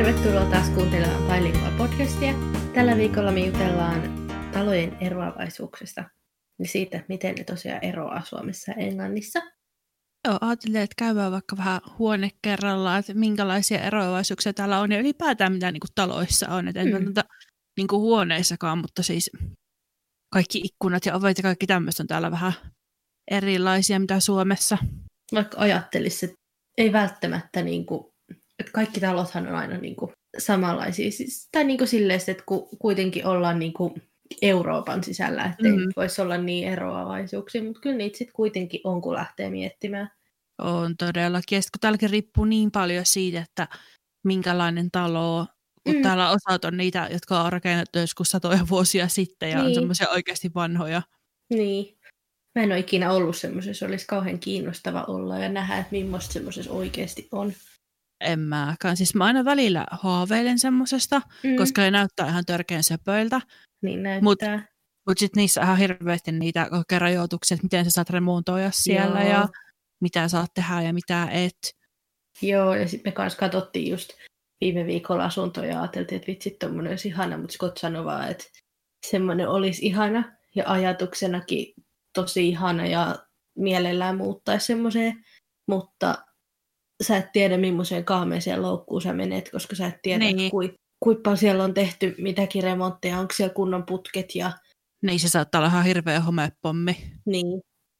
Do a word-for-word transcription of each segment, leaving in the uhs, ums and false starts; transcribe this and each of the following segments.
Tervetuloa taas kuuntelemaan Bilingual podcastia. Tällä viikolla me jutellaan talojen eroavaisuuksista ja siitä, miten ne tosiaan eroaa Suomessa ja Englannissa. Joo, ajattelin, että käydään vaikka vähän huone kerrallaan, että minkälaisia eroavaisuuksia täällä on ja ylipäätään mitä niin kuin taloissa on. Että en mm. välttämättä niin kuin huoneissakaan, mutta siis kaikki ikkunat ja ovet ja kaikki tämmöistä on täällä vähän erilaisia mitä Suomessa. Vaikka ajattelisi, että ei välttämättä, niin kuin, että kaikki talothan on aina niin kuin samanlaisia. Siis, tai niin kuin silleen, että kuitenkin ollaan niin kuin Euroopan sisällä, ettei mm. voisi olla niin eroavaisuuksia, mutta kyllä niitä sitten kuitenkin on, kun lähtee miettimään. On todellakin. Ja sitten kun täälläkin riippuu niin paljon siitä, että minkälainen talo on, kun mm. täällä osat on niitä, jotka on rakennettu joskus satoja vuosia sitten ja niin. on semmoisia oikeasti vanhoja. Niin. Mä en ole ikinä ollut semmoisessa, olisi kauhean kiinnostava olla ja nähdä, että millaista semmoisessa oikeasti on. En mäkään. Siis mä aina välillä haaveilen semmoisesta, mm. koska ne näyttää ihan törkeän söpöiltä. Niin näyttää. Mutta mut sitten niissä on ihan hirveästi niitä rajoituksia, että miten sä saat remontoida siellä Joo. ja mitä saat tehdä ja mitä et. Joo, ja sitten me kanssa katsottiin just viime viikolla asuntoja ja ajateltiin, että vitsi, tommoinen olisi ihana, mutta Scott sanoi vaan, että semmoinen olisi ihana ja ajatuksenakin tosi ihana ja mielellään muuttaisi semmoiseen, mutta sä et tiedä, millaiseen kaameeseen loukkuun sä menet, koska sä et tiedä, niin. kui, kuinka siellä on tehty mitäkin remontteja, onko siellä kunnon putket ja... Niin, se saattaa olla ihan hirveä homepommi. Niin.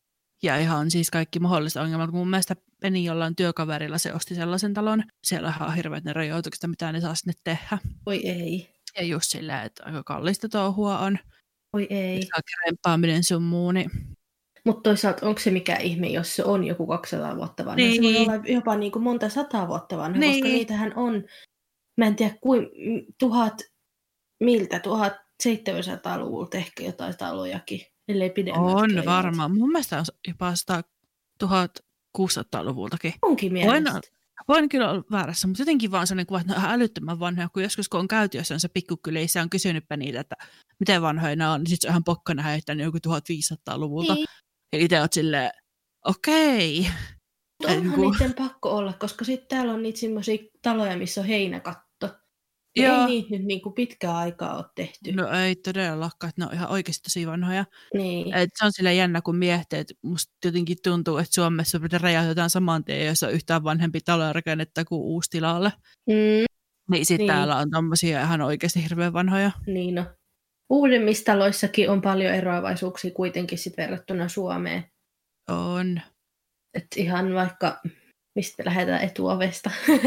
Ja ihan siis kaikki mahdolliset ongelmat. Mun mielestä Peni jollain työkaverilla se osti sellaisen talon. Siellä on ihan hirveät ne rajoitukset, mitä ne saa sinne tehdä. Oi ei. Ja just sillä, että aika kallista touhua on. Oi ei. Kaikki rempaaminen sun muu, niin... Mutta toisaalta onko se mikä ihme, jos se on joku kaksisataa vuotta vanha? Niin. Se voi olla jopa niin kuin monta sataa vuotta vanha, niin. koska niitähän on, mä en tiedä, kuin tuhat, miltä, tuhat seitsemänsataaluvulta ehkä jotain talojakin, ellei pidemmältä. On varmaan. Mun mielestä on jopa tuhat kuusisataaluvultakin. Onkin mielestä. Voin, voin kyllä olla väärässä, mutta jotenkin vaan sellainen kuva, että ne on ihan älyttömän vanhoja, kun joskus kun on käyty jossain se pikkukylissä ja on kysynytpä niitä, että miten vanhoja nämä on, niin sitten se on ihan pokka nähdä, että ne on joku tuhatviisisataaluvulta. Niin. Ja itse olet silleen, okei. Okay. Onhan niin niiden pakko olla, koska sitten täällä on niitä semmoisia taloja, missä on heinäkatto. Ja ei niitä nyt niinku pitkää aikaa ole tehty. No ei todellakaan, että ne on ihan oikeasti tosi vanhoja. Niin. Et se on silleen jännä, kun miettii, että musta jotenkin tuntuu, että Suomessa räjäytetään saman tien, jos on yhtään vanhempi talo rakennetta kuin uusi tilalle. Mm. Niin sitten niin. täällä on tommosia ihan oikeasti hirveän vanhoja. Niin no. Uudemmissa taloissakin on paljon eroavaisuuksia kuitenkin sit verrattuna Suomeen. On. Et ihan vaikka, mistä lähdetään etuovesta.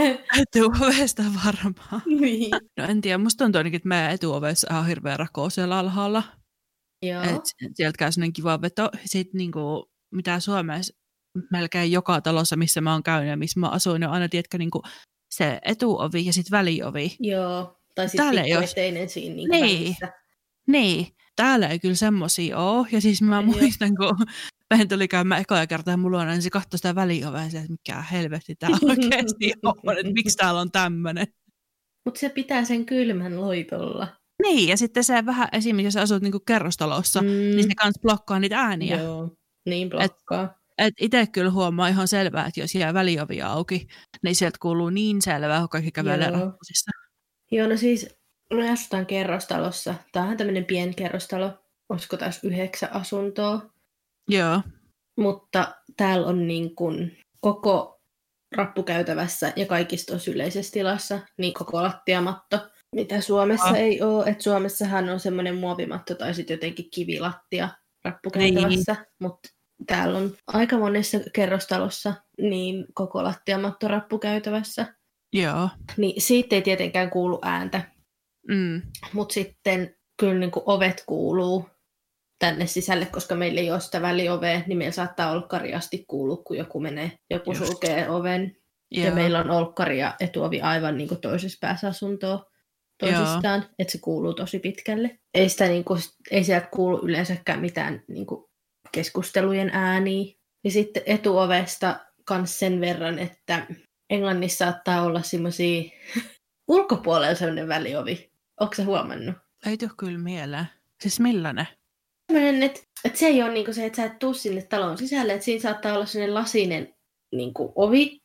Etuovesta varmaan. Niin. No en tiedä, musta tuntuu ainakin, että meidän etuovessa on ihan hirveä rakoo siellä alhaalla. Joo. Et sieltä käy sellainen kiva veto. Sitten niinku, mitä Suomessa melkein joka talossa, missä mä oon käynyt ja missä mä asuin, on aina, tiedätkö, niinku se etuovi ja sitten väliovi. Joo, tai sitten pikkueteinen jos... siinä niinku niin. välissä. Niin, täällä ei kyllä semmosia ole. Ja siis mä muistan, kun Pehen tuli käymään ekoja kertaa ja mulla on, niin se katsoi sitä väliovea ja se, että mikä helvetti tää oikeasti on, että miksi täällä on tämmönen. Mutta se pitää sen kylmän loitolla. Niin, ja sitten se vähän, esimerkiksi jos asut niinku kerrostalossa, mm. niin se kans blokkaa niitä ääniä. Joo, niin blokkaa. Et, et itse kyllä huomaa ihan selvää, että jos jää väliovia auki, niin sieltä kuuluu niin selvää, kun kaikki kävelee rappusissa. Joo, no siis me asutaan kerrostalossa. Tämä on tämmöinen pienkerrostalo. Olisiko taas yhdeksän asuntoa? Joo. Mutta täällä on niin kuin koko rappukäytävässä ja kaikista on yleisessä tilassa niin koko lattiamatto, mitä Suomessa oh. ei ole. Et Suomessahan on semmoinen muovimatto tai sitten jotenkin kivilattia rappukäytävässä, niin. Mutta täällä on aika monessa kerrostalossa niin koko lattiamatto rappukäytävässä. Joo. Niin siitä ei tietenkään kuulu ääntä. Mm. Mutta sitten kyllä niin kuin ovet kuuluu tänne sisälle, koska meillä ei ole sitä väliovea, niin meillä saattaa olkkari asti kuulua, kun joku menee, joku Just. sulkee oven. Joo. Ja meillä on olkkari ja etuovi aivan niin kuin toisessa päässä asuntoa toisistaan, Joo. että se kuuluu tosi pitkälle. Ei, sitä, niin kuin, ei sieltä kuulu yleensäkään mitään niin kuin keskustelujen ääniä. Ja sitten etuovesta kans sen verran, että Englannissa saattaa olla semmoisia ulkopuolella sellainen väliovi. Ootko sä huomannut? Ei tule kyllä mieleen. Siis millainen? Sellainen, että, että se ei ole niin se, että sä et tuu sinne talon sisälle, että siinä saattaa olla sellainen lasinen niin kuin ovi,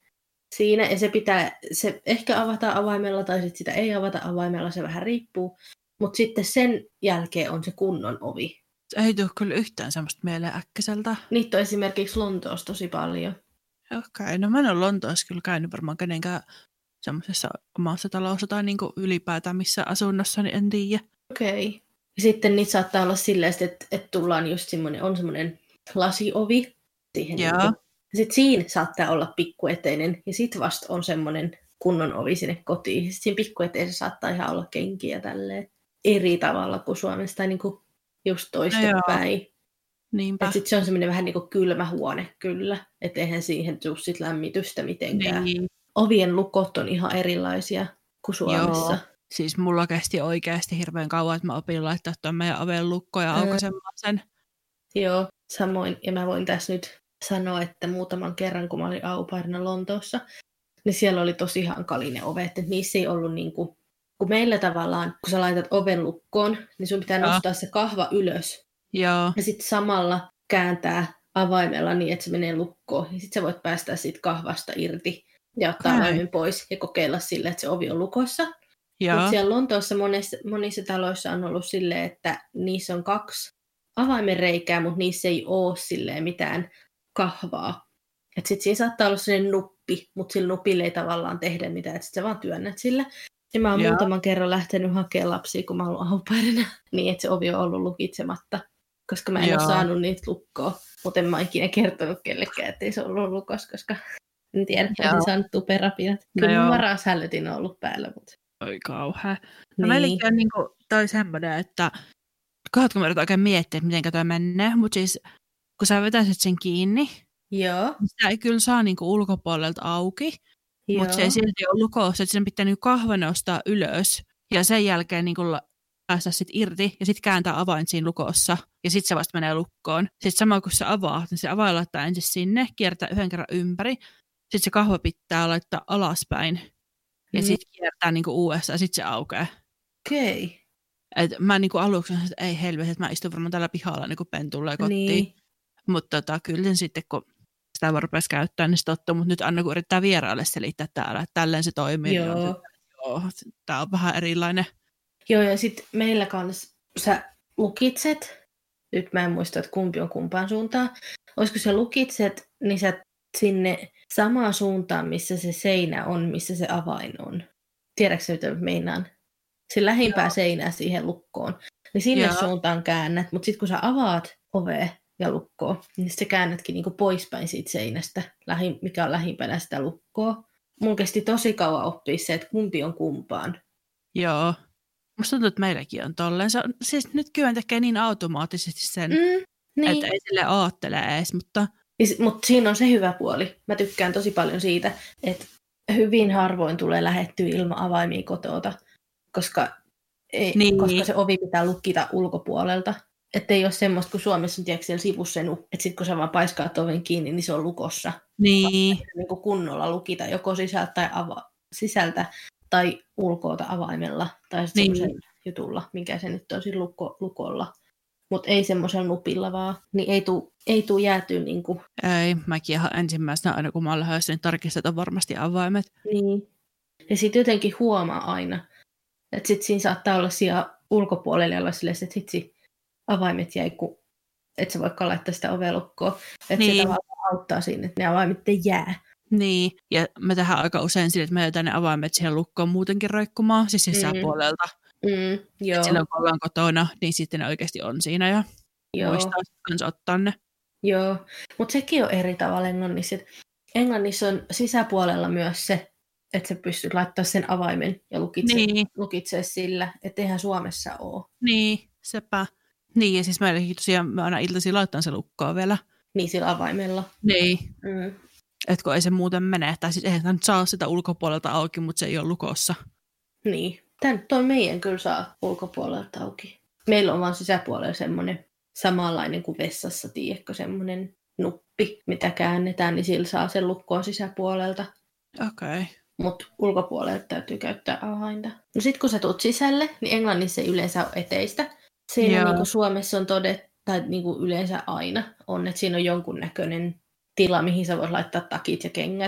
siinä, ja se pitää, se ehkä avataan avaimella, tai sitten sitä ei avata avaimella, se vähän riippuu. Mutta sitten sen jälkeen on se kunnon ovi. Ei tule kyllä yhtään semmoista mieleen äkkiseltä. Niitä on esimerkiksi Lontoossa tosi paljon. Okei, okay, no mä en ole Lontoossa kyllä käynyt varmaan kenenkään semmoisessa omassa talossa tai niinku ylipäätään missä asunnossa, niin en tiedä. Okei. Okay. Sitten niitä saattaa olla silleen, että, että tullaan just semmoinen, on semmoinen lasiovi. Siihen Joo. Niin sitten siinä saattaa olla pikkueteinen, ja sitten vasta on semmoinen kunnon ovi sinne kotiin. Sitten siinä pikkueteisessä saattaa ihan olla kenkiä tälleen eri tavalla kuin Suomessa, tai niinku just toistepäin. No niinpä. Sitten se on semmoinen vähän niin kuin kylmä huone kyllä, että eihän siihen tule sit lämmitystä mitenkään. Niin. Ovien lukot on ihan erilaisia kuin Suomessa. Joo. Siis mulla kesti oikeasti hirveän kauan, että mä opin laittaa tuon meidän oven lukkoon ja aukaisemaan sen. Joo, samoin. Ja mä voin tässä nyt sanoa, että muutaman kerran, kun mä olin au pairina Lontoossa, niin siellä oli tosi hankali ne ovet. Että niissä ei ollut niin kuin, kun meillä tavallaan, kun sä laitat oven lukkoon, niin sun pitää ja. nostaa se kahva ylös. Joo. Ja sitten samalla kääntää avaimella niin, että se menee lukkoon. Ja sitten sä voit päästää siitä kahvasta irti ja ottaa okay. avaimen pois ja kokeilla sille, että se ovi on lukossa. Mutta siellä Lontoossa monissa, monissa taloissa on ollut silleen, että niissä on kaksi avaimen reikää, mutta niissä ei ole silleen mitään kahvaa. Että sitten siinä saattaa olla sellainen nuppi, mutta sillä nupille ei tavallaan tehdä mitään, että sitten sä vaan työnnät sillä. Ja mä oon Joo. muutaman kerran lähtenyt hakemaan lapsia, kun mä oon ollut au pairina, niin että se ovi on ollut lukitsematta, koska mä en Joo. ole saanut niitä lukkoa. Mutta en mä ikinä kertonut kellekään, ettei se ollut lukossa, koska en tiedä, että olisin saanut tuperapinat. Kyllä no varas hälytin on ollut päällä, mutta... Oi kauhea. No niin. Meilläkin on niinku toi semmoinen, että kohdatko mä yritän oikein miettiä, että miten toi menee, mutta siis kun sä vetäisit sen kiinni, Joo. niin sitä ei kyllä saa niinku ulkopuolelta auki, mutta se ei silti ole lukossa, että sen pitää niinku kahva nostaa ylös ja sen jälkeen niinku päästä sit irti ja sitten kääntää avain siinä lukossa ja sitten se vasta menee lukkoon. Sitten sama kun se avaa, niin se avain laittaa ensin sinne, kiertää yhden kerran ympäri, sitten se kahva pitää laittaa alaspäin. Ja mm. sitten kiertää niinku uudestaan, ja sitten se aukeaa. Okei. Okay. Et mä niinku aluksi sanoin, että ei helvetti, että mä istun varmaan tällä pihalla, niin kun Ben tulee kotiin. Niin. Mutta tota, kyllä sen sitten, kun sitä vaan rupesi käyttää, niin se tottuu. Mutta nyt aina kun yrittää vieraille selittää täällä, että tälleen se toimii, Joo. niin on se, joo, tää on vähän erilainen. Joo, ja sitten meillä kanssa sä lukitset, nyt mä en muista, että kumpi on kumpaan suuntaan. Olisiko sä lukitset, niin sä sinne samaan suuntaan, missä se seinä on, missä se avain on. Tiedätkö sä, mitä meinaan? Se lähimpää Joo. seinää siihen lukkoon. Niin sinne Joo. suuntaan käännät, mutta sitten kun sä avaat ovea ja lukkoa, niin se käännätkin niinku poispäin siitä seinästä, mikä on lähimpänä sitä lukkoa. Mun kesti tosi kauan oppia se, että kumpi on kumpaan. Joo. Musta tuntuu, että meilläkin on tolleen. Se on, siis nyt kyllä tekee niin automaattisesti sen, mm, niin. että ei sille aattele edes, mutta... Mutta siinä on se hyvä puoli. Mä tykkään tosi paljon siitä, että hyvin harvoin tulee lähettyä ilman avaimia kotoota, koska, ei, niin. koska se ovi pitää lukita ulkopuolelta. Että ei ole semmoista, kun Suomessa on tiedätkö, siellä sivussa se, että sitten kun sä vaan paiskaat oven kiinni, niin se on lukossa. Niin. Niin kuin kunnolla lukita joko sisältä tai, ava- sisältä tai ulkoota avaimella tai sitten niin. jutulla, mikä se nyt on siinä luko- lukolla. Mutta ei semmoisella nupilla vaan, niin ei tuu, ei tuu jäätyä niinku. Ei, mäkin ihan ensimmäisenä aina kun mä olen lähdössä, niin tarkistetaan varmasti avaimet. Niin. Ja sitten jotenkin huomaa aina, että sitten siinä saattaa olla siellä ulkopuolella olla silleen, että hitsi, avaimet jäi, kun et sä voikaan laittaa sitä ovelukkoa. Että niin. se tavallaan auttaa siinä, että ne avaimet ei jää. Niin, ja me tehdään aika usein sille, että me jätään ne avaimet siihen lukkoon muutenkin roikkumaan, siis sisäpuolelta. Mm, joo. Silloin kun ollaan kotona, niin sitten ne oikeasti on siinä ja joo. muistaa sitten ottaa ne. Joo, mutta sekin on eri tavalla Englannissa. Englannissa on sisäpuolella myös se, että sä pystyt laittamaan sen avaimen ja lukitse, niin. lukitse sillä, että eihän Suomessa ole. Niin, sepä. Niin, ja siis meilläkin tosiaan mä aina iltaisin laittan se lukkoon vielä. Niin, sillä avaimella. Niin. Mm. Että kun ei se muuten mene, tai siis eihän nyt saa sitä ulkopuolelta auki, mutta se ei ole lukossa. Niin. Tän toi meidän kyllä saa ulkopuolelta auki. Meillä on vaan sisäpuolella semmoinen samanlainen kuin vessassa, tiedätkö, semmoinen nuppi, mitä käännetään, niin sillä saa sen lukkoon sisäpuolelta. Okei. Okay. Mutta ulkopuolelta täytyy käyttää avainta. No sit kun sä tuut sisälle, niin Englannissa ei yleensä ole eteistä. Siinä niin kuin Suomessa on todettu, tai niin kuin yleensä aina on, että siinä on jonkunnäköinen tila, mihin sä voit laittaa takit ja kengät.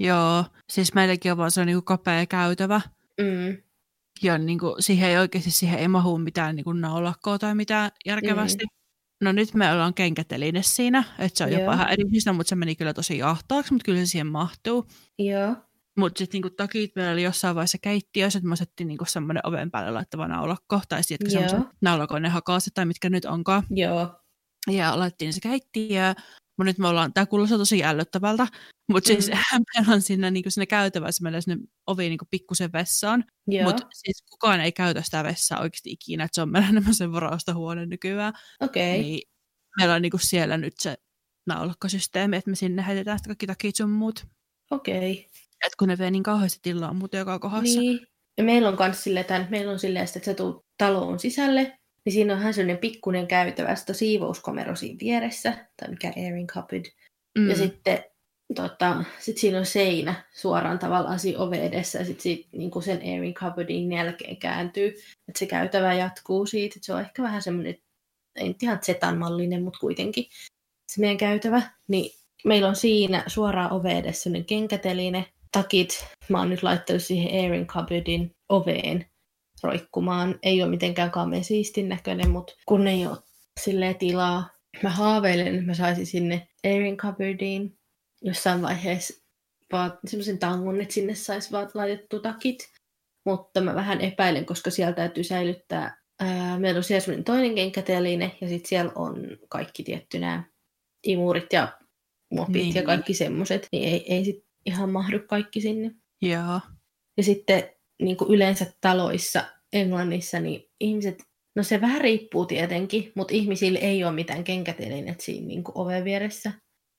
Joo, siis meilläkin on vaan se niinku kapea käytävä. Mm. Ja niinku, siihen ei oikeasti siihen ei mahu mitään niinku naulakkoa tai mitään järkevästi. Mm. No nyt me ollaan kenkäteline siinä, että se on Joo. jopa ihan edellistä, mutta se meni kyllä tosi ahtaaksi, mutta kyllä se siihen mahtuu. Joo. Mutta sitten niinku takit meillä oli jossain vaiheessa keittiössä, että me osettiin niinku semmoinen oven päälle laittava naulakko, tai sitten semmoisen naulakon ne hakaset tai mitkä nyt onkaan. Joo. Ja laitettiin se keittiö. Mutta nyt me ollaan, tää kuulostaa tosi ällöttävältä, mutta siis mm. meillä on siinä, niinku, siinä käytävässä meillä sinne ovi niinku, pikkusen vessaan. Mutta siis kukaan ei käytä sitä vessaa oikeasti ikinä, että se on meillä enemmän sen varastohuone nykyään. Okei. Okay. Niin meillä on niinku, siellä nyt se naulakkosysteemi, että me sinne heitetään sitä kaikki takit sun muut. Okei. Okay. Että kun ne vie niin kauheasti tilaa muuten joka kohdassa. Niin. Ja meillä on myös silleen, että meillä on silleen, että sä tulet taloon sisälle, niin siinä on ihan sellainen pikkuinen käytävä, sitten siivouskomero siinä vieressä, tai mikä airing cupboard. Mm. Ja sitten tota, sit siinä on seinä suoraan tavallaan siinä ove edessä, ja sitten niin sen airing cupboardin jälkeen kääntyy, että se käytävä jatkuu siitä. Että se on ehkä vähän semmoinen, ei nyt ihan zetan-mallinen, mutta kuitenkin se meidän käytävä. Niin meillä on siinä suoraan ove edessä sellainen kenkäteline, takit. Mä oon nyt laittanut siihen airing cupboardin oveen roikkumaan. Ei ole mitenkään kameen siistin näköinen, mutta kun ei ole silleen tilaa. Mä haaveilen, että mä saisin sinne airing cupboardiin jossain vaiheessa vaan semmoisen tangon, että sinne saisi vaan laitettu takit. Mutta mä vähän epäilen, koska siellä täytyy säilyttää. Ää, meillä on siellä semmoinen toinen kenkäteline ja sitten siellä on kaikki tietty nämä imurit ja mopit niin. ja kaikki semmoiset. Niin ei, ei sit ihan mahdu kaikki sinne. Joo. Ja sitten niin kuin yleensä taloissa Englannissa, niin ihmiset, no se vähän riippuu tietenkin, mutta ihmisillä ei ole mitään kenkätelineet siinä niin kuin oven vieressä.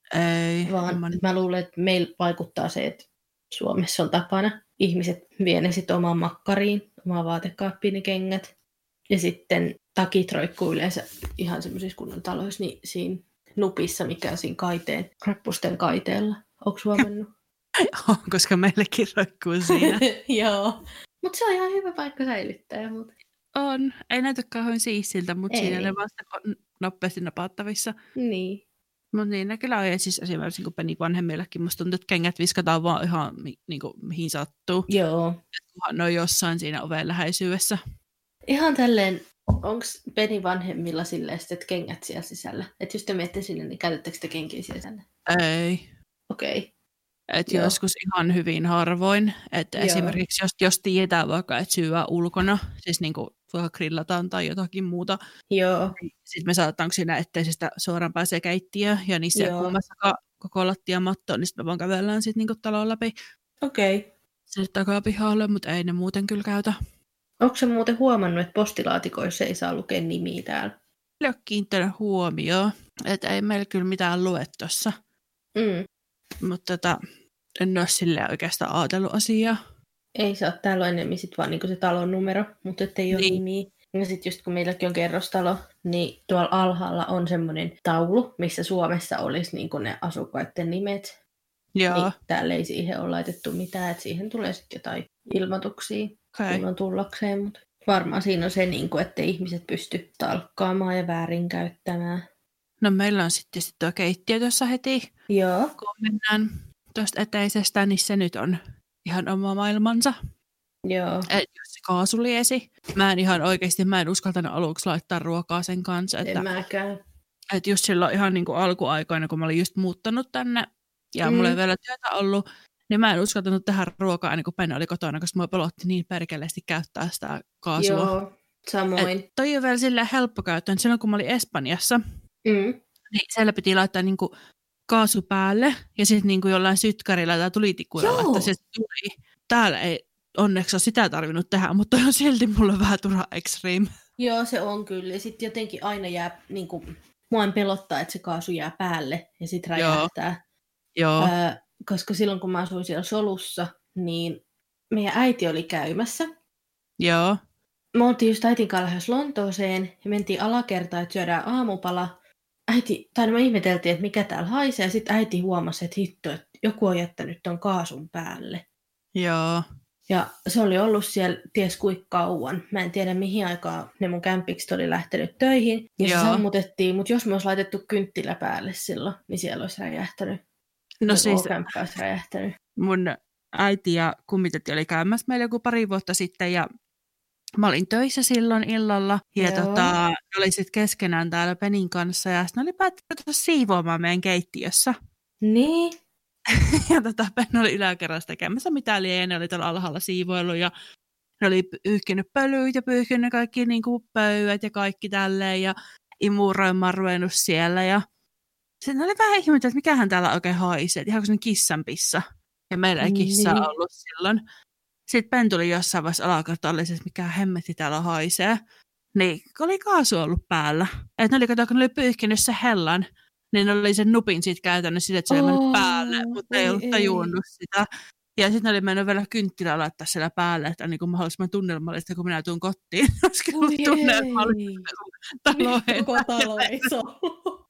Ei. Vaan mä... mä luulen, että meillä vaikuttaa se, että Suomessa on tapana. Ihmiset vie ne sitten omaan makkariin, omaan vaatekaappiin ne kengät. Ja sitten takit roikkuu yleensä ihan semmoisissa kunnon taloissa, niin siinä nupissa, mikä on siinä kaiteen, rappusten kaiteella. Onko huomannut? On, koska meillekin roikkuu siinä. Joo. Mutta se on ihan hyvä paikka säilyttää. Mutta... On. Ei näytä kauhean siistiltä, mutta siinä ne vasta nopeasti napattavissa. Niin. Mutta niin ne kyllä on. Ja siis esimerkiksi niin Penny vanhemmillekin. Musta tuntuu, että kengät viskataan vaan ihan niin kuin, mihin sattuu. Joo. Kunhan ne on jossain siinä oven läheisyydessä. Ihan tälleen, onko Penny vanhemmilla silleen, että kengät siellä sisällä? Että jos te menette sinne, niin käytättekö te kenkiä sisällä? Ei. Okei. Okay. Että joskus ihan hyvin harvoin. Että esimerkiksi jos, jos tiedetään vaikka, että syyä ulkona, siis niin kuin vaikka grillataan tai jotakin muuta. Joo. Sitten me saataanko siinä, ettei sitä suoraan pääsee keittiöön ja niissä ei kummassakaan koko lattiamattoon, niin sitten me vaan kävellään sitten niin kuin talon läpi. Okei. Okay. Sitten takapihalle, mutta ei ne muuten kyllä käytä. Onko se muuten huomannut, että postilaatikoissa ei saa lukea nimiä täällä? Ei ole kiinnittänyt huomioon, että ei meillä kyllä mitään lue tuossa. Mm. Mutta tota, en ole silleen oikeastaan ajatellut asiaa. Ei saa, täällä on enemmän sit vaan niinku se talon numero, mutta ettei ole niin. nimiä. Ja sitten just kun meilläkin on kerrostalo, niin tuolla alhaalla on semmoinen taulu, missä Suomessa olisi niinku ne asukkaiden nimet. Joo. Niin täällä ei siihen ole laitettu mitään, että siihen tulee sitten jotain ilmoituksia, okay. kun on tullakseen. Mutta varmaan siinä on se, niinku, ettei ihmiset pysty talkkaamaan ja väärinkäyttämään. No meillä on sitten tuo keittiö tuossa heti. Joo. Kun mennään tuosta eteisestä, niin se nyt on ihan oma maailmansa. Joo. Et jos se kaasuliesi. Mä en ihan oikeasti, mä en uskaltanut aluksi laittaa ruokaa sen kanssa. Että, en mäkään. Että just silloin ihan niin kuin alkuaikoina, kun mä olin just muuttanut tänne ja mm. mulla ei vielä työtä ollut, niin mä en uskaltanut tehdä ruokaa ennen kuin Penny oli kotona, koska mua pelotti niin perkeleesti käyttää sitä kaasua. Joo, samoin. Et toi on vielä silleen helppo käyttää. Silloin kun mä olin Espanjassa, mm. niin siellä piti laittaa niinku kaasu päälle ja sitten niinku jollain sytkärillä tai tulitikuilla laittaa se tuli. Täällä ei onneksi ole sitä tarvinnut tehdä, mutta on silti mulle vähän turha extreme. Joo, se on kyllä. Ja sitten jotenkin aina jää, niinku, mua en pelottaa, että se kaasu jää päälle ja sitten räjähtää. Joo. Öö, koska silloin kun mä asuin siellä solussa, niin meidän äiti oli käymässä. Joo. Me oltiin just äitin kanssa lähdössä Lontooseen ja mentiin alakertaan, että syödään aamupala. Äiti, tai me ihmeteltiin, että mikä täällä haisee, ja sitten äiti huomasi, että hitto, että joku on jättänyt ton kaasun päälle. Joo. Ja se oli ollut siellä ties kuinka kauan. Mä en tiedä, mihin aikaan ne mun kämpikset oli lähtenyt töihin. Ja se sammutettiin, mutta jos me olisi laitettu kynttilä päälle silloin, niin siellä olisi räjähtänyt. No siis... kämppä olisi räjähtänyt. mun äiti ja kummitäti oli käymässä meillä joku pari vuotta sitten ja mä olin töissä silloin illalla ja tota, ne oli sitten keskenään täällä Penin kanssa ja sitten ne oli päättänyt siivoamaan meidän keittiössä. Niin. Ja tota, Ben oli yläkerrassa tekemässä mitä liian, ne oli tuolla alhaalla siivoillut ja ne oli pyyhkinyt pölyt ja pyyhkinyt kaikki niin kuin pöydät ja kaikki tälleen ja imuroima on ruvennut siellä ja sitten ne oli vähän ihmetellyt, että mikähän täällä oikein haisee, että ihan kuin kissanpissa. Ja meillä ei kissaa niin ollut silloin. Sitten Ben tuli jossain vaiheessa alakartallisesti, että mikä hemmetti täällä haisee. Niin oli kaasu ollut päällä. Että ne oli, kato, kun ne oli pyyhkinyt se hellan, niin ne oli sen nupin siitä käytännössä sille, että se oli mennyt päälle, mutta ei, ei ollut tajunnut sitä. Ja sitten ne oli mennyt vielä kynttilä laittaa siellä päälle, että niin kuin mahdollisimman tunnelmallista, kun minä tuun kotiin. Olisi ollut tunnelmallista. Koko talo ei saa.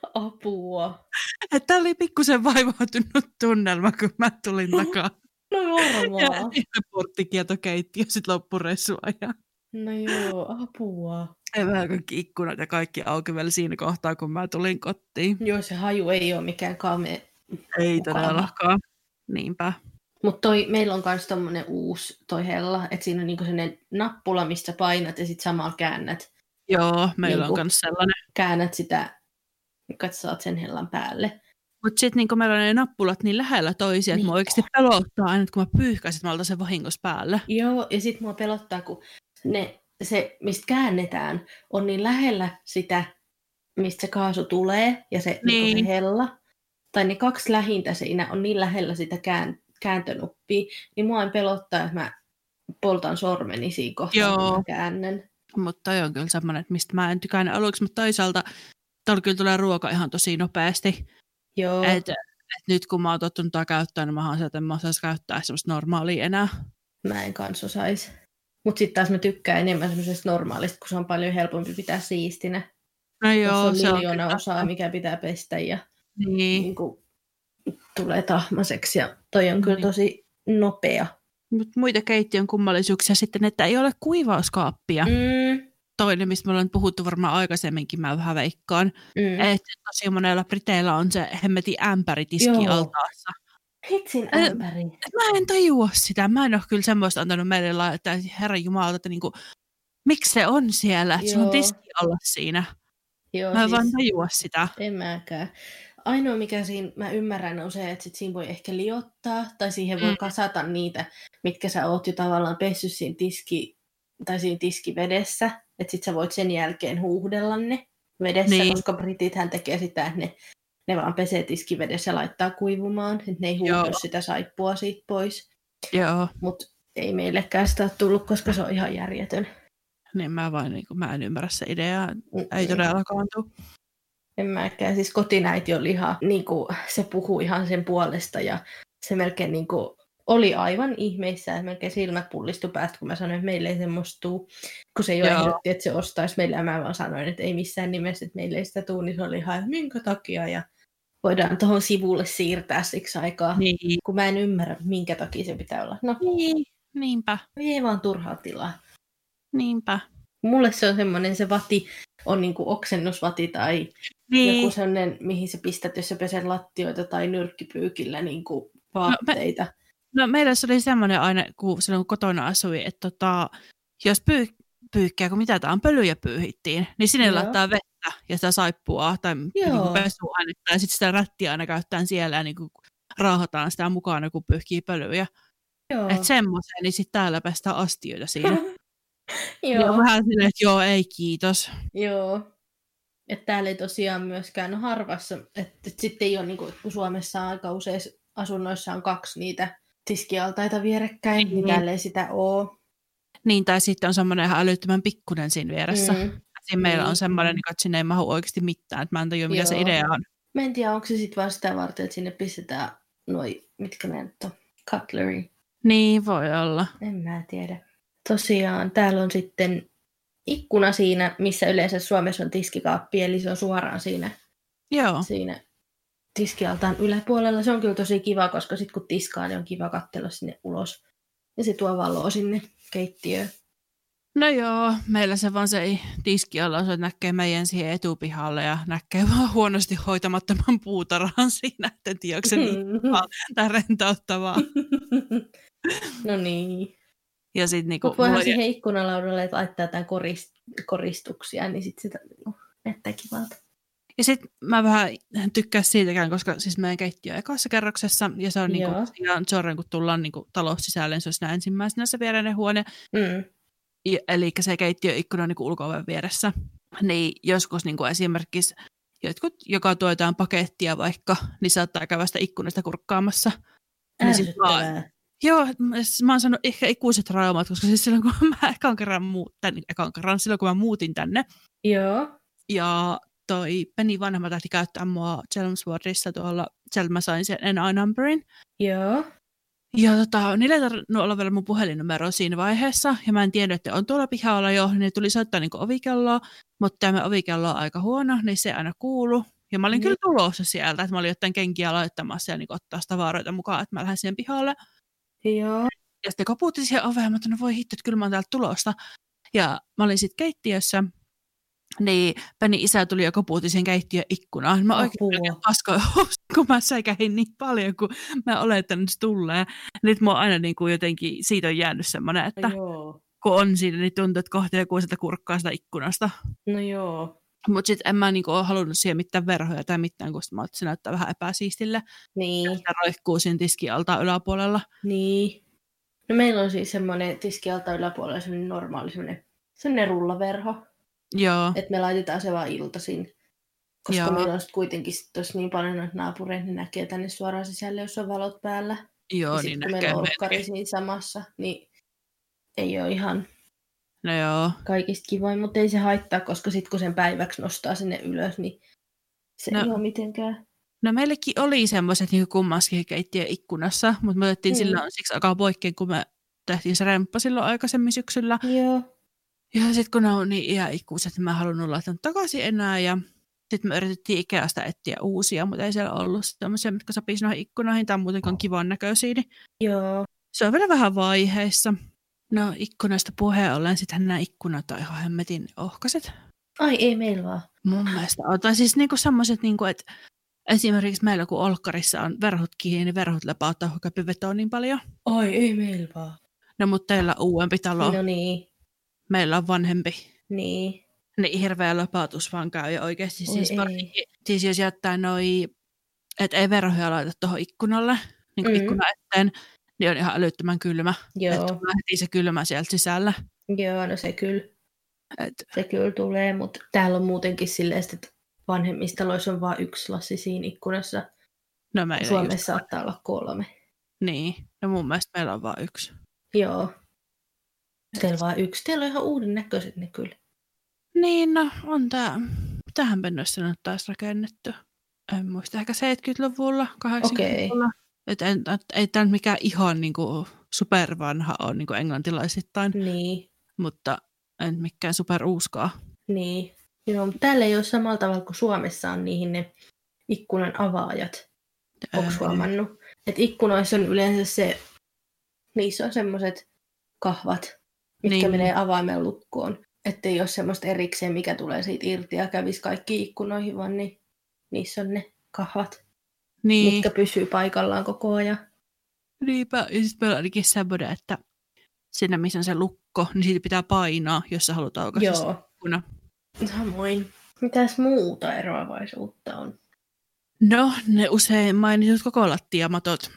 Apua. Että oli pikkusen vaivautunut tunnelma, kun mä tulin takaa. No varmaan. Ja porttikietokeittiö sitten loppureissua. Ja... No joo, apua. Ja vähän kaikki ikkunat ja kaikki auki vielä siinä kohtaa, kun mä tulin kotiin. Joo, se haju ei ole mikään kamea. Ei todellakaan. Niinpä. Mutta meillä on myös tommonen uusi toi hella, että siinä on niinku sellainen nappula, mistä painat ja sitten samalla käännät. Joo, meillä niinku, on myös sellainen. Käännät sitä, että saat sen hellan päälle. Mutta sitten niinku meillä on ne nappulat niin lähellä toisia, niin. Että mua oikeasti pelottaa aina, että kun mä pyyhkäisin, että mä oltaan sen vahingossa päälle. Joo, ja sitten mua pelottaa, kun ne, se, mistä käännetään, on niin lähellä sitä, mistä se kaasu tulee, ja se, niin. Niin se hella. Tai ne kaksi lähintä siinä on niin lähellä sitä kään, kääntönuppia, niin mua en pelottaa, että mä poltan sormeni siinä kohtaa, kun mä käännän. Mutta toi on kyllä semmoinen, että mistä mä en tykään aluksi, mutta toisaalta tuolla kyllä tulee ruoka ihan tosi nopeasti. Joo. Et, et nyt kun mä oon tottunut käyttää, niin mä oon että en mä osaisi käyttää semmoista normaalia enää. Mä en kans osaisi. Mutta sitten taas mä tykkään enemmän semmoisesta normaalista, kun se on paljon helpompi pitää siistinä. No joo, se on miljoona on osaa, mikä pitää pestä ja niin. Niin kuin, tulee tahmaseksi. Ja toi on kyllä niin. tosi nopea. Mut muita keittiön kummallisuuksia sitten, että ei ole kuivauskaappia. Mm. Toinen, mistä me ollaan puhuttu varmaan aikaisemminkin, mä vähän veikkaan. Mm. Että tosi monella briteillä on se hemmetin ämpäri tiskialtaassa. Hitsin ämpäri. Mä en tajua sitä. Mä en ole kyllä semmoista antanut meille laittaa, että herran jumalata, että niinku, miksi se on siellä, että se on tiski alla siinä. Joo, mä en siis, vaan tajua sitä. En mäkään. Ainoa, mikä siinä mä ymmärrän, on se, että sit siinä voi ehkä liottaa, tai siihen voi mm. kasata niitä, mitkä sä oot jo tavallaan pessyt siinä, tiski, tai siinä tiskivedessä. Että sit sä voit sen jälkeen huuhdella ne vedessä, niin. Koska britithän tekee sitä, että ne, ne vaan pesee tiskivedessä ja laittaa kuivumaan. Että ne ei huuhdu sitä saippua siitä pois. Joo. Mutta ei meillekään sitä ole tullut, koska se on ihan järjetön. Niin mä vaan niin mä en ymmärrä se idea. Ei todellakaan tule. En mäkään. Siis kotinäiti oli ihan, niin kuin, se puhui ihan sen puolesta ja se melkein niin kuin, oli aivan ihmeissä, että melkein silmät pullistui päästä, kun mä sanoin, että meille ei semmoista tule. Kun se jo Joo. ehdotti, että se ostaisi meille ja mä vaan sanoin, että ei missään nimessä, että meille ei sitä tule, niin se oli ihan, että minkä takia ja voidaan tuohon sivulle siirtää siksi aikaa, niin. Kun mä en ymmärrä, minkä takia se pitää olla. No, niin, niinpä. Ei vaan turhaa tilaa. Niinpä. Mulle se on semmoinen, se vati on niinku oksennusvati tai niin. Joku sellainen, mihin sä pistät, jos sä peset lattioita tai nyrkkipyykillä niinku vaatteita. No, me, no meillä se oli semmoinen aina, kun silloin kotona asui, että tota, jos pyy, pyykkää, kun mitä tämä on, pölyjä pyyhittiin, niin sinne Joo. laittaa vettä ja sitä saippua tai niinku pesuainetta ja sitten sitä rättiä aina käytetään siellä ja niinku raahataan sitä mukana, kun pyyhkii pölyjä. Että semmoiseen, niin sitten täällä pestään astioita siinä. Joo. Ja vähän silleen, että joo, ei kiitos. Joo. Että täällä ei tosiaan myöskään, no harvassa, että et sitten ei ole, niin kuin, kun Suomessa aika useissa asunnoissa on kaksi niitä tiskialtaita vierekkäin, mm-hmm. niin täällä ei sitä ole. Niin, tai sitten on semmoinen ihan älyttömän pikkunen siinä vieressä. Mm. Siinä meillä on semmoinen, että sinne ei mahu oikeasti mitään, että mä en tajua, mikä Joo. se idea on. Mä en tiedä, onko se sitten vaan sitä varten, että sinne pistetään noi, mitkä ne nyt on, cutlery. Niin, voi olla. En mä tiedä. Tosiaan, täällä on sitten ikkuna siinä, missä yleensä Suomessa on tiskikaappi, eli se on suoraan siinä, Joo. siinä tiskialtaan yläpuolella. Se on kyllä tosi kiva, koska sitten kun tiskaa, niin on kiva katsella sinne ulos. Ja se tuo valoa sinne keittiöön. No joo, meillä se vaan se tiskiala, se näkee meidän siihen etupihalle ja näkee vaan huonosti hoitamattoman puutarhan siinä, että en tiedä, onko se niin tai rentouttavaa. No niin. Ja sit niinku, Mutta voihan mulla... siihen ikkunalaudalle, että laittaa jotain korist- koristuksia, niin sit sitä näyttää kivalta. Ja sit mä vähän tykkään siitäkään, koska siis meidän keittiö on ekassa kerroksessa, ja se on niinku, Jorren, kun tullaan niinku talous sisälle, niin se olisi ensimmäisenä se viereinen huone. Mm. Ja, eli se keittiöikkuna on niinku ulko-oven vieressä. Niin joskus niinku esimerkiksi jotkut, joka tuo jotain pakettia vaikka, niin saattaa käydä sitä ikkunasta kurkkaamassa. Ärsyttävää. Niin joo, mä oon saanut ehkä ikuiset raumat, koska siis silloin kun mä ekan kerran, muut, tämän, ekan kerran silloin kun mä muutin tänne. Joo. Ja toi Penny vanhemmat lähti käyttää mua Chelmsfordissa tuolla Chelm sain sen N I-numberin. Joo. Ja tota, niillä ei tarvinnut olla vielä mun puhelinnumero siinä vaiheessa, ja mä en tiennyt, että on tuolla pihalla jo, niin ne tuli soittaa niin ovikelloa, mutta tämä ovikello on aika huono, niin se aina kuulu. Ja mä olin mm. kyllä tulossa sieltä, että mä olin jotain kenkiä laittamassa ja niin ottaa sitä tavaroita mukaan, että mä lähden siihen pihalle. Joo. Ja sitten koputti siihen oveen, mutta no voi hitto, että kyllä mä oon täältä tulosta. Ja mä olin sitten keittiössä, niin Penny isä tuli ja koputti siihen keittiön ikkunaan. Mä oikein paskoin kun mä säikähin niin paljon, kun mä oletan, että se tulee. Nyt mä oon aina niin kuin jotenkin, siitä on jäänyt semmoinen, että joo. kun on siinä, niin tuntuu, että kohta joku sitä kurkkaa sitä ikkunasta. No joo. Mutta sitten en mä niinku ole halunnut siihen mitään verhoja tai mitään, kun mä oon, se näyttää vähän epäsiistille. Niin. Ja sitä roikkuu siinä tiskialtaan yläpuolella. Niin. No meillä on siis semmoinen tiskialtaan yläpuolella semmoinen normaali semmoinen, semmoinen rullaverho. Joo. Että me laitetaan se vaan iltaisin. Koska Joo. meillä on kuitenkin tuossa niin paljon noita naapureita, niin näkee tänne suoraan sisälle, jos on valot päällä. Joo, ja niin sitten kun meillä on olkkari siinä samassa, niin ei ole ihan no joo. kaikista kivoin, mutta ei se haittaa, koska sitten kun sen päiväksi nostaa sinne ylös, niin se no. ei ole mitenkään. No meillekin oli semmoiset niin kummaskin keittiön ikkunassa, mutta me otettiin mm. silloin siksi aikaa poikkeen, kun me tehtiin se remppa silloin aikaisemmin syksyllä. Joo. Ja sitten kun ne on niin iäikuiset, niin mä en halunnut laittaa takaisin enää. Ja sitten me yritettiin Ikeasta etsiä uusia, mutta ei siellä ollut sellaisia, mitkä sopisi noihin ikkunoihin. Tämä on muutenkin kivan näköisiä. Niin joo. Se on vielä vähän vaiheissa. No ikkunasta puheen ollen, sittenhän nämä ikkunat on ihan hemmetin ohkaiset. Ai ei meillä vaan. Mun mielestä on. Tai siis niinku semmoiset, niinku, että esimerkiksi meillä kun olkkarissa on verhot kiinni, niin verhot lepauttaa hukäpivetoon niin paljon. Ai ei meillä vaan. No mutta teillä on uudempi talo. No niin. Meillä on vanhempi. Niin. Niin hirveä löpautus vaan käy ja oikeasti siis, siis jos jättää noi, että ei verhoja laita tuohon ikkunalle, niin kuin mm. ikkuna eteen, niin on ihan älyttömän kylmä. Joo. Että tulee heti se kylmä sieltä sisällä. Joo, no se kyllä. Et. Se kyllä tulee, mutta täällä on muutenkin silleen, että vanhemmissa taloissa on vain yksi lassi siinä ikkunassa. No Suomessa saattaa olla kolme. Niin, no mun mielestä meillä on vain yksi. Joo. Teillä on vain yksi. Teillä on ihan uuden näköiset ne kyllä. Niin, no on tää. Tähän mennessä nyt taas rakennettu. En muista, ehkä seitsemänkymmentäluvulla, kahdeksankymmentäluvulla. Okay. Et en, et, ei tämä nyt mikään ihan niinku supervanha ole niinku englantilaisittain. Niin. Mutta en mikään superuuskaa. Niin. Joo, mutta täällä ei ole samalla tavalla kuin Suomessa on niihin ne ikkunan avaajat. Onko huomannut? Että ikkunoissa on yleensä se, niissä on semmoiset kahvat, mitkä niin menee avaimen lukkoon. Että ei ole semmoista erikseen, mikä tulee siitä irti ja kävisi kaikki ikkunoihin, vaan niin, niissä on ne kahvat, niin mitkä pysyy paikallaan koko ajan. Niinpä. Ja sitten meillä on ainakin semmoinen, että siinä missä on se lukko, niin siitä pitää painaa, jos sä haluat aukaista se ikkuna. Samoin. Mitäs muuta eroavaisuutta on? No, ne usein mainitut koko lattiamatot.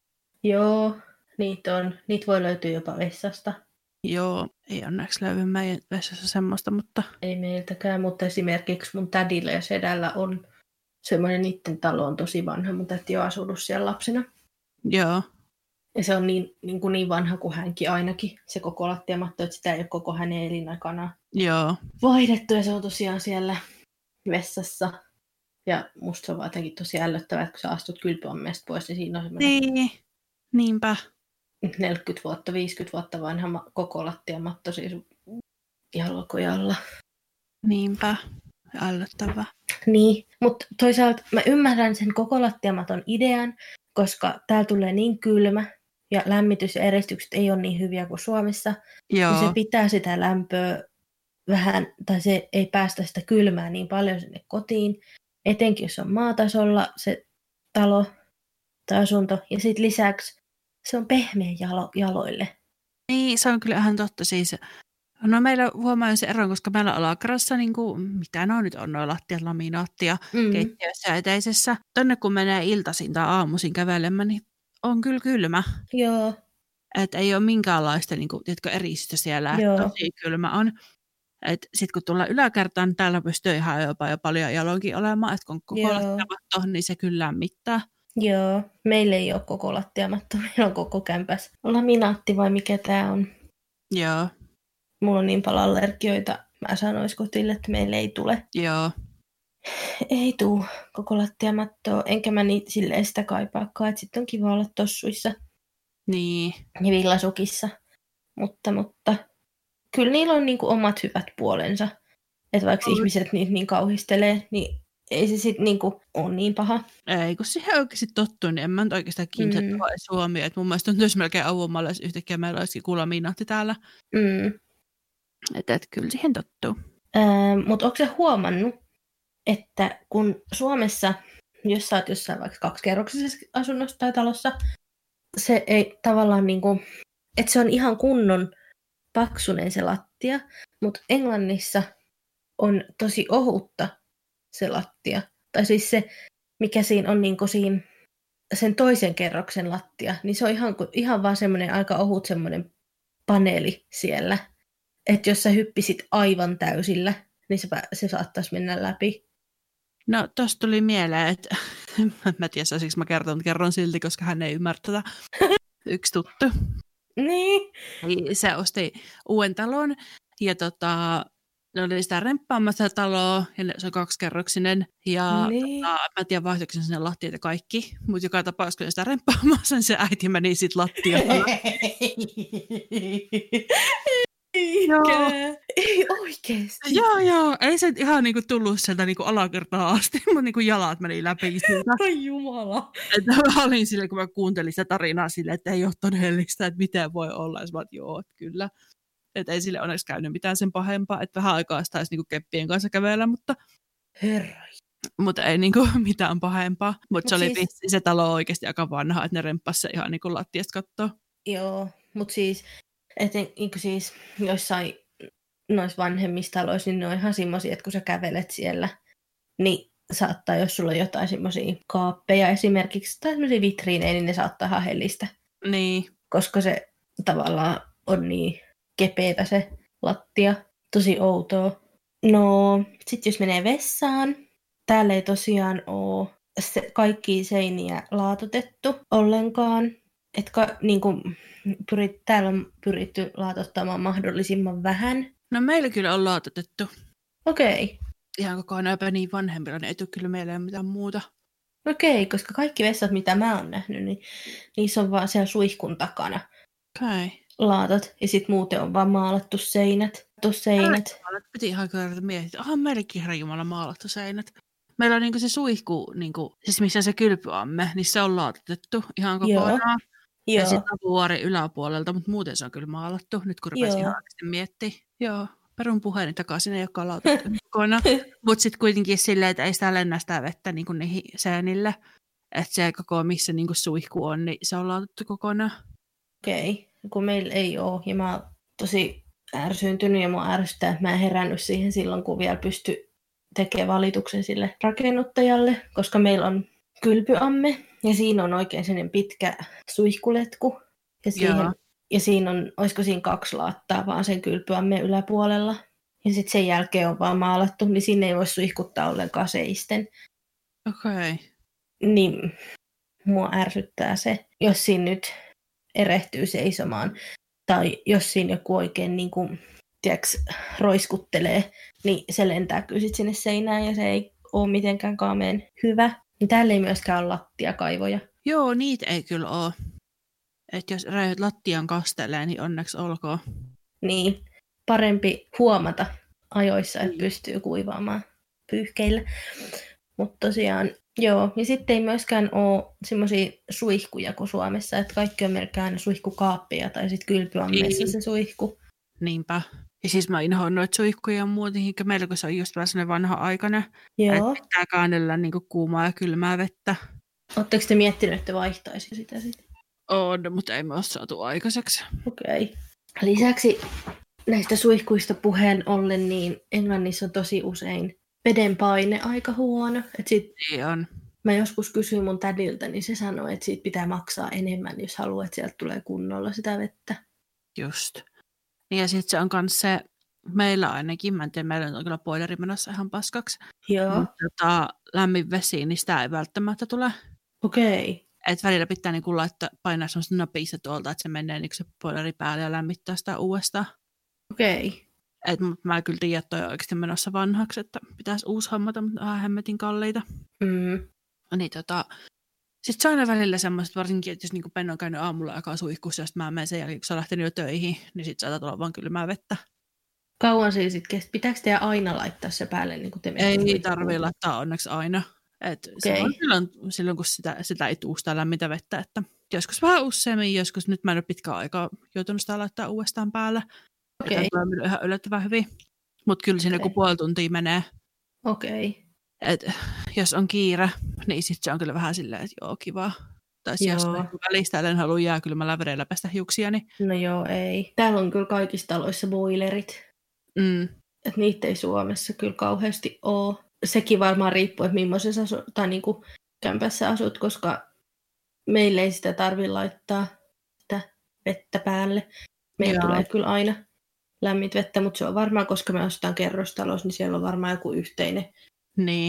Joo, niitä on. Niitä voi löytyä jopa vessasta. Joo, ei onneksi löydy meidän vessassa semmoista, mutta... Ei meiltäkään, mutta esimerkiksi mun tädillä ja sedällä on semmoinen, niiden talo on tosi vanha. Mun täti on asunut siellä lapsena. Joo. Ja se on niin, niin, kuin niin vanha kuin hänkin ainakin, se koko lattiamatto, että sitä ei ole koko hänen elinaikana Joo. vaihdettu. Ja se on tosiaan siellä vessassa. Ja musta se on jotenkin tosi ällöttävää, että kun sä astut kylpyammeesta pois, niin siinä on semmoinen... Niin, niinpä. neljäkymmentä vuotta, viisikymmentä vuotta vanha koko lattiamatto siis jalkojalla. Niinpä, ällöttävää. Niin, mutta toisaalta mä ymmärrän sen koko lattiamaton idean, koska täällä tulee niin kylmä, ja lämmitys ja eristykset ei ole niin hyviä kuin Suomessa, Joo. niin se pitää sitä lämpöä vähän, tai se ei päästä sitä kylmää niin paljon sinne kotiin, etenkin jos on maatasolla se talo tai asunto, ja sitten lisäksi se on pehmeä jalo, jaloille. Niin, se on kyllä ihan totta siis. No meillä huomaa se ero, koska meillä alakerrassa, niin kuin, mitä no nyt on, noin lattiat, laminaattia, mm. keittiössä ja eteisessä. Tonne kun menee iltaisin tai aamuisin kävelemään, niin on kyllä kylmä. Joo. Että ei ole minkäänlaista niin kuin, tiedätkö, eristä siellä, Joo. tosi kylmä on. Sitten kun tullaan yläkertaan, niin täällä pystyy ihan jopa jo paljon jalonkin olemaan, että kun koko lattiamatto, niin se kyllä lämmittää. Joo, meillä ei ole koko lattiamatto, meillä on koko kämpäs laminaatti vai mikä tää on. Joo. Mulla on niin paljon allergioita, mä sanois kotille, että meille ei tule. Joo. Ei tuu koko lattiamattoa, enkä mä niitä silleen sitä kaipaakaan, että sit on kiva olla tossuissa. Niin. Ja villasukissa, mutta, mutta kyllä niillä on niinku omat hyvät puolensa. Että vaikka mm. ihmiset niitä niin kauhistelee, niin ei se sitten niinku ole niin paha. Ei, kun siihen oikeasti tottuu, niin en mä nyt oikeastaan kiinnittänyt mm. Suomi. Että mun mielestä on myös melkein avoimalla, jos yhtäkkiä meillä olisikin kulaminaatti täällä. Mm. Että et, kyllä siihen tottuu. Öö, mutta onko sä huomannut, että kun Suomessa, jos sä oot jossain vaikka kaksikerroksisessa asunnossa tai talossa, se ei tavallaan niinku, että se on ihan kunnon paksunen se lattia, mutta Englannissa on tosi ohutta se lattia. Tai siis se, mikä siinä on niinku siinä, sen toisen kerroksen lattia, niin se on ihan, ihan vaan semmoinen aika ohut semmoinen paneeli siellä. Että jos sä hyppisit aivan täysillä, niin se, se saattaisi mennä läpi. No, tosta tuli mieleen, että mä tiedän, siksi mä kerton, kerron silti, koska hän ei ymmärrä tätä. Yksi tuttu. Niin. Se osti uuden talon ja tota, ne oli sitä remppaamassa taloa ja se on kaksikerroksinen. Ja niin. tota, mä en tiedä vaihtoiko sen sinne lattiat ja kaikki, mutta joka tapauksessa kun sitä remppaamassa, niin se äiti meni sit lattialla. Joo. Ei oikeesti. Joo, joo. Ei se ihan niinku tullut sieltä niinku alakertaan asti, mutta niinku jalat meni läpi siltä. Ai jumala. Että mä olin silleen, kun mä kuuntelin sitä tarinaa silleen, että ei ole todellista, että miten voi olla. Ja mä olin, joo, että kyllä. Että ei sille onneksi käynyt mitään sen pahempaa. Että vähän aikaa sitä olisi niinku keppien kanssa kävellä, mutta... Herra. Mutta ei niinku mitään pahempaa. Mutta Mut se oli siis... vissi se talo oikeasti aika vanha, että ne remppasi se ihan niinku lattiasta kattoo. Joo, mutta siis, eten, niinku siis jossain noissa vanhemmissa taloissa, niin ne on ihan semmoisia, että kun sä kävelet siellä, niin saattaa, jos sulla on jotain semmoisia kaappeja esimerkiksi, tai semmoisia vitriinejä, niin ne saattaa ihan hellistä. Niin. Koska se tavallaan on niin kepeätä se lattia. Tosi outoa. No, sit jos menee vessaan, täällä ei tosiaan ole se, kaikkia seiniä laatotettu ollenkaan. Et ka, niin kun pyrit, täällä on pyritty laatottamaan mahdollisimman vähän. No meillä kyllä on laatotettu. Okei. Okay. Ihan koko ajan niin vanhemmilla, niin ei tule kyllä mieleen mitään muuta. Okei, okay, koska kaikki vessat, mitä mä oon nähnyt, niin niissä on vaan siellä suihkun takana okay. laatat. Ja sitten muuten on vaan maalattu seinät. seinät. Piti ihan kyllä miettiä, että onhan meillekin Herran Jumala maalattu seinät. Meillä on niinku se suihku, niinku, siis missä se kylpyamme, niin se on laatotettu ihan kokonaan. Joo. Ja sitten vuori yläpuolelta, mutta muuten se on kyllä maalattu, nyt kun rupesin ihan miettimään. Joo, perun puheeni takaisin, ei olekaan laatettu kokonaan. Mutta sitten kuitenkin silleen, että ei sitä lennä sitä vettä niinku niihin seinille. Että se koko, missä niinku suihku on, niin se on laatettu kokonaan. Okei, okay. Kun meillä ei ole, ja mä oon tosi ärsyyntynyt ja mua ärsyttää, että mä en herännyt siihen silloin, kun vielä pysty tekemään valituksen sille rakennuttajalle, koska meillä on kylpyamme, ja siinä on oikein sellainen pitkä suihkuletku, ja, siihen, ja siinä on, olisiko siinä kaksi laattaa vaan sen kylpyamme yläpuolella, ja sitten sen jälkeen on vaan maalattu, niin sinne ei voi suihkuttaa ollenkaan seisten. Okei. Okay. Niin mua ärsyttää se, jos siinä nyt erehtyy seisomaan, tai jos siinä joku oikein niin kuin, tiiäks, roiskuttelee, niin se lentää kyllä sit sinne seinään, ja se ei ole mitenkään kaameen hyvä. Niin täällä ei myöskään ole lattiakaivoja. Joo, niitä ei kyllä ole. Että jos räjät lattian kastelee, niin onneksi olkoon. Niin, parempi huomata ajoissa, että pystyy kuivaamaan pyyhkeillä. Mutta tosiaan Joo, ja sitten ei myöskään ole semmoisia suihkuja kuin Suomessa, että kaikki on melkein suihkukaappeja tai sitten kylpyammeessa se suihku. Niinpä. Ja siis mä inhoan noita suihkuja ja muutenkin, meillä kun se on just vähän sellainen vanha-aikainen, että pitää kaanella niinku kuumaa ja kylmää vettä. Oletteko te miettinyt, että vaihtaisi sitä sitten? On, mutta ei me ole saatu aikaiseksi. Okei. Okay. Lisäksi näistä suihkuista puheen ollen, niin Englannissa on tosi usein veden paine aika huono. Et sit ei on. Mä joskus kysyin mun tädiltä, niin se sanoi, että siitä pitää maksaa enemmän, jos haluaa, että sieltä tulee kunnolla sitä vettä. Just. Ja sitten se on myös se, meillä ainakin, mä en tiedä, meillä on kyllä boileri menossa ihan paskaksi. Joo. Mutta tota, lämmin vesi, niin sitä ei välttämättä tule. Okei. Okay. Että välillä pitää niinku laittaa, painaa semmoista napista tuolta, että se menee niinku se boileri päälle ja lämmittää sitä uudestaan. Okei. Okay. Et mä kyllä tiedän, että toi on oikeasti menossa vanhaksi, että pitäisi uusi hommata, mutta vähän hemmetin kalliita. Mm. Niin tota, sitten se on aina välillä semmoista, varsinkin, että jos niinku Penno on käynyt aamulla aikaa suihkussa, ja sitten mä menen sen jälkeen, kun sä on lähtenyt jo töihin, niin sitten saattaa tulla vaan kylmää vettä. Kauan se sitten kestää? Pitääkö teidän aina laittaa se päälle? Niin te ei tarvitse laittaa onneksi aina. Et okay. Se on silloin, silloin, kun sitä, sitä ei tule sitä lämmintä vettä. Että joskus vähän useammin, joskus nyt mä en ole pitkään aikaa joutunut sitä laittaa uudestaan päälle. Okay. Että on ihan yllättävän hyvin. Mutta kyllä siinä okay. kun puoli tuntia menee. Okei. Okay. Et jos on kiire, niin sitten se on kyllä vähän silleen, että joo, kiva. Tai jos välistä en halua jääkylmällä vedellä pestä hiuksia, niin... No joo, ei. Täällä on kyllä kaikissa taloissa boilerit. Mm. Että niitä ei Suomessa kyllä kauheasti ole. Sekin varmaan riippuu, että millaisessa asu, tai niin kuin kämpässä asut, koska meillä ei sitä tarvitse laittaa sitä vettä päälle. Meillä tulee kyllä aina lämmit vettä, mutta se on varmaan, koska me asutaan kerrostalossa, niin siellä on varmaan joku yhteinen. Niin.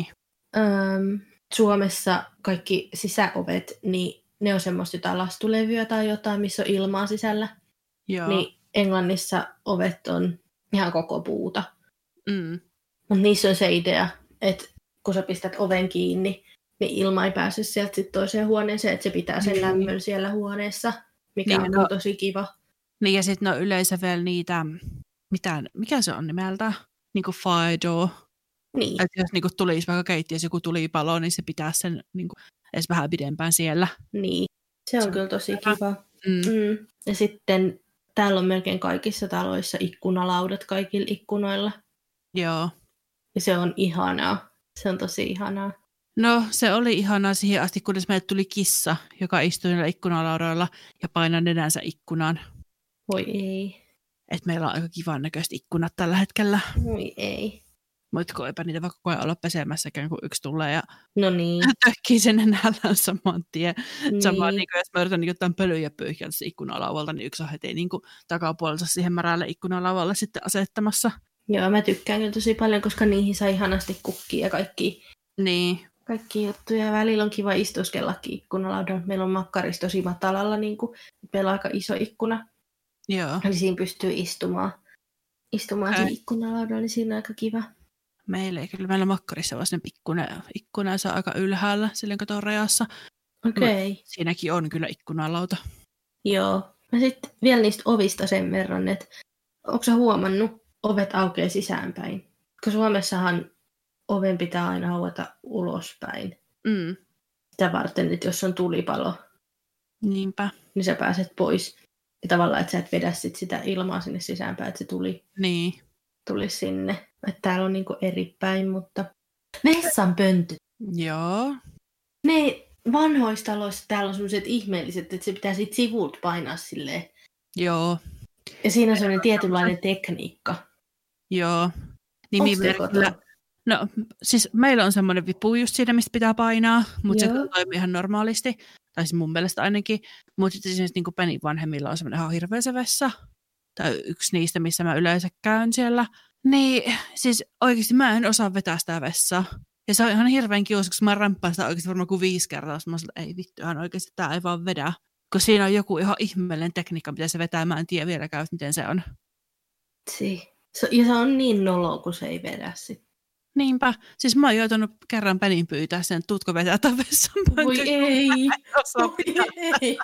Öm, Suomessa kaikki sisäovet, niin ne on semmoista jotain lastulevyä tai jotain, missä on ilmaa sisällä. Joo. Niin Englannissa ovet on ihan koko puuta. Mm. Mutta niissä on se idea, että kun sä pistät oven kiinni, niin ilma ei pääse sieltä sit toiseen huoneeseen, että se pitää sen mm. lämmön siellä huoneessa, mikä niin, on no, tosi kiva. Niin ja sitten no yleensä vielä niitä, mitään, mikä se on nimeltä? Niinku fire door. Niin. Että jos niinku tulisi vaikka keittiössä joku tulipalo, niin se pitää sen niinku edes vähän pidempään siellä. Niin, se on se kyllä tosi kiva. Mm. Mm. Ja sitten täällä on melkein kaikissa taloissa ikkunalaudat kaikilla ikkunoilla. Joo. Ja se on ihanaa. Se on tosi ihanaa. No, se oli ihanaa siihen asti, kunnes meille tuli kissa, joka istui niillä ikkunalaudoilla ja painoi nenänsä ikkunaan. Voi ei. Et meillä on aika kivan näköiset ikkunat tällä hetkellä. Voi ei. Mutta kun eipä niitä vaikka koko ajan olla pesemässäkään, kun yksi tulee ja no niin. tökkii sen nenällään saman tien. Niin. Samaan, niin kuin, jos mä yritän niin jotain pölyjä pyyhkiä tässä ikkunalauvalta, niin yksi on heti niin kuin, takapuolella siihen märälle ikkunalauvalle sitten asettamassa. Joo, mä tykkään kyllä tosi paljon, koska niihin saa ihanasti kukkia ja kaikki, niin. kaikki juttuja. Välillä on kiva istuskellakin ikkunalaudalla. Meillä on makkarissa tosi matalalla, niin kuin, meillä on aika iso ikkuna. Joo. Eli siinä pystyy istumaan, istumaan okay. siinä ikkunalaudalla, niin siinä on aika kiva. Meillä ei kyllä, meillä makkarissa vaan sinne ikkuna, ikkuna saa aika ylhäällä, silleen katon rajassa. Okei. Okay. Siinäkin on kyllä ikkunalauta. Joo. Ja sitten vielä niistä ovista sen verran, että onko sä huomannut, ovet aukeaa sisäänpäin? Koska Suomessahan oven pitää aina avata ulospäin. Mm. Sitä varten, että jos on tulipalo, niinpä. Niin sä pääset pois. Ja tavallaan, että sä et vedä sit sitä ilmaa sinne sisäänpäin, että se tuli, niin. tuli sinne. Että täällä on niinku eri päin, mutta vessan pöntöt. Joo. Ne vanhoissa taloissa täällä on sellaiset ihmeelliset, että se pitää sit sivulta painaa silleen. Joo. Ja siinä on sellainen tietynlainen tekniikka. Joo. Nimimerkillä. No siis meillä on semmoinen vipu just siinä, mistä pitää painaa, mutta se toimii ihan normaalisti. Tai siis mun mielestä ainakin. Mutta sitten siis niin kuin Penin vanhemmilla on semmoinen ihan hirveä se vessa. Tai yksi niistä, missä mä yleensä käyn siellä. Niin siis oikeasti mä en osaa vetää sitä vessaa. Ja se on ihan hirveän kiusa, koska mä rämppään sitä oikeasti varmaan kuin viisi kertaa. Mä sanoin, että ei vittu, ihan oikeasti tää ei vaan vedä. Kun siinä on joku ihan ihmeellinen tekniikka, miten se vetää. Mä en tiedä vieläkään, miten se on. Si. Ja se on niin noloa, kun se ei vedä sit. Niinpä. Siis mä oon joutunut kerran Penin pyytää sen, tuutko vetää tämän vessan. Voi ei. Voi ei.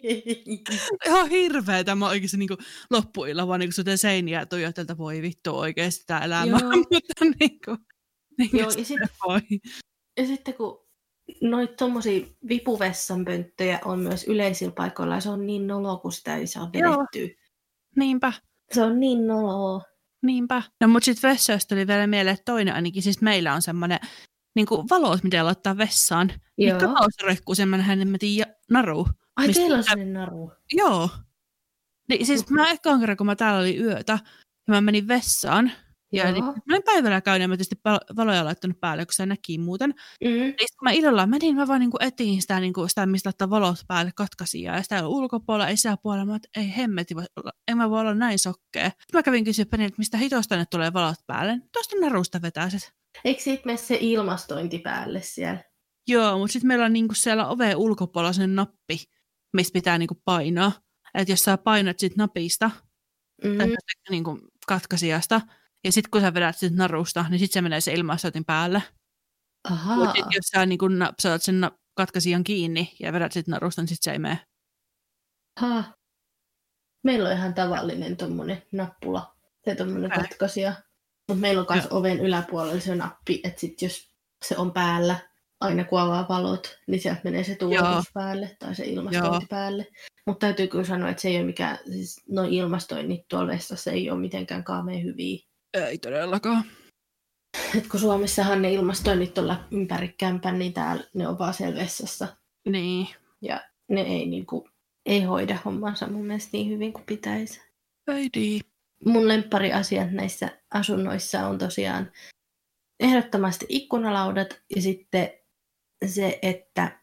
Ihan hirveetä. Mä oikeasti niin loppuilla vaan niin soten seiniä tuijottelta, voi vittu oikeasti tää elämä. Mutta niin kuin, niin joo, ja, sit, ja sitten kun noita tommosia vipuvessanpönttöjä on myös yleisillä paikoilla ja se on niin noloa, kun sitä ei saa vedettyä. Niinpä. Se on niin noloa. Niinpä. No mut sit vessoista tuli vielä mieleen, että toinen ainakin, siis meillä on semmoinen niinku valot, mitä laittaa vessaan. Joo. Niin katossa roikkuu semmoinen hänen naru. Ai mistä teillä on semmoinen naru? Joo. Niin siis mä ekaan kerran, kun mä täällä oli yötä, ja mä menin vessaan, ja niin, mä olin päivällä käynyt, ja mä tietysti valoja laittanut päälle, kun se näki muuten. Mm. Niin kun mä illalla menin, mä vaan niinku etin sitä, niinku, sitä, mistä laittaa valot päälle katkaisia, ja sitä ei ollut ulkopuolella, ei sisäpuolella. Mä että ei hemmeti, en mä voi olla näin sokkea. Sitten mä kävin kysyä Penille, että mistä hitosta ne tulee valot päälle. Tuosta narusta vetäiset. Eikö siitä mene se ilmastointi päälle siellä? Joo, mutta sitten meillä on niinku siellä oveen ulkopuolella sen nappi, mistä pitää niinku painaa. Että jos sä painat sit napista, mm-hmm. tai niinku katkaisijasta, ja sitten kun sä vedät sit narusta, niin sitten se menee se ilmastointin päälle. Mutta jos sä niinku napsaat sen na- katkaisijan kiinni ja vedät sit narusta, niin sitten se ei mene. Aha. Meillä on ihan tavallinen tommonen nappula, se tommonen okay. katkaisija. Mutta meillä on myös oven yläpuolella se nappi, että sit jos se on päällä, aina kun avaa valot, niin sieltä menee se tuuletus päälle tai se ilmastointi päälle. Mutta täytyy kyllä sanoa, että se ei ole mikään, siis noin ilmastoinnit tuolla vessassa ei ole mitenkään kaameen hyviä. Ei todellakaan. Et kun Suomessahan ne ilmastoinnit on ympäri kämpän, niin täällä ne on vaan siellä vessassa. Niin. Ja ne ei, niinku, ei hoida hommansa mun mielestä niin hyvin kuin pitäisi. Ei niin. Mun lemppariasiat näissä asunnoissa on tosiaan ehdottomasti ikkunalaudat ja sitten se, että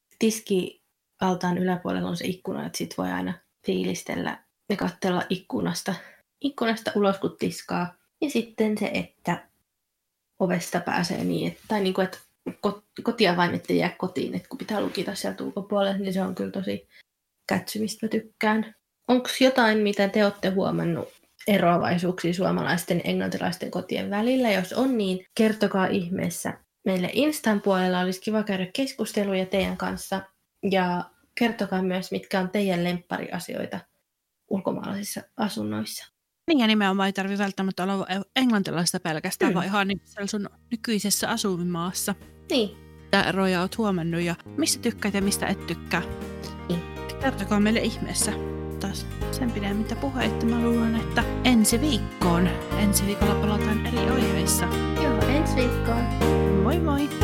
tiskialtaan yläpuolella on se ikkuna, että sit voi aina fiilistellä ja katsella ikkunasta, ikkunasta ulos, kun tiskaa. Ja sitten se, että ovesta pääsee niin, että, tai niin kuin, että kotia vain ettei jää kotiin, että kun pitää lukita sieltä ulkopuolelle, niin se on kyllä tosi kätsymistä, mä tykkään. Onko jotain, mitä te olette huomannut eroavaisuuksia suomalaisten ja englantilaisten kotien välillä? Jos on, niin kertokaa ihmeessä. Meille Instan puolella olisi kiva käydä keskusteluja teidän kanssa. Ja kertokaa myös, mitkä on teidän lemppariasioita ulkomaalaisissa asunnoissa. Niin ja nimenomaan ei tarvitse välttämättä olla englantilaista pelkästään, mm. vaan ihan niin siellä sun nykyisessä asumimaassa. Niin. Mitä eroja olet huomannut ja mistä tykkäät ja mistä et tykkää. Niin. Kertokaa meille ihmeessä. Taas sen pidemmittä puheitta mä luulen, että ensi viikkoon. Ensi viikolla palataan eri aiheissa. Joo, ensi viikkoon. Moi moi!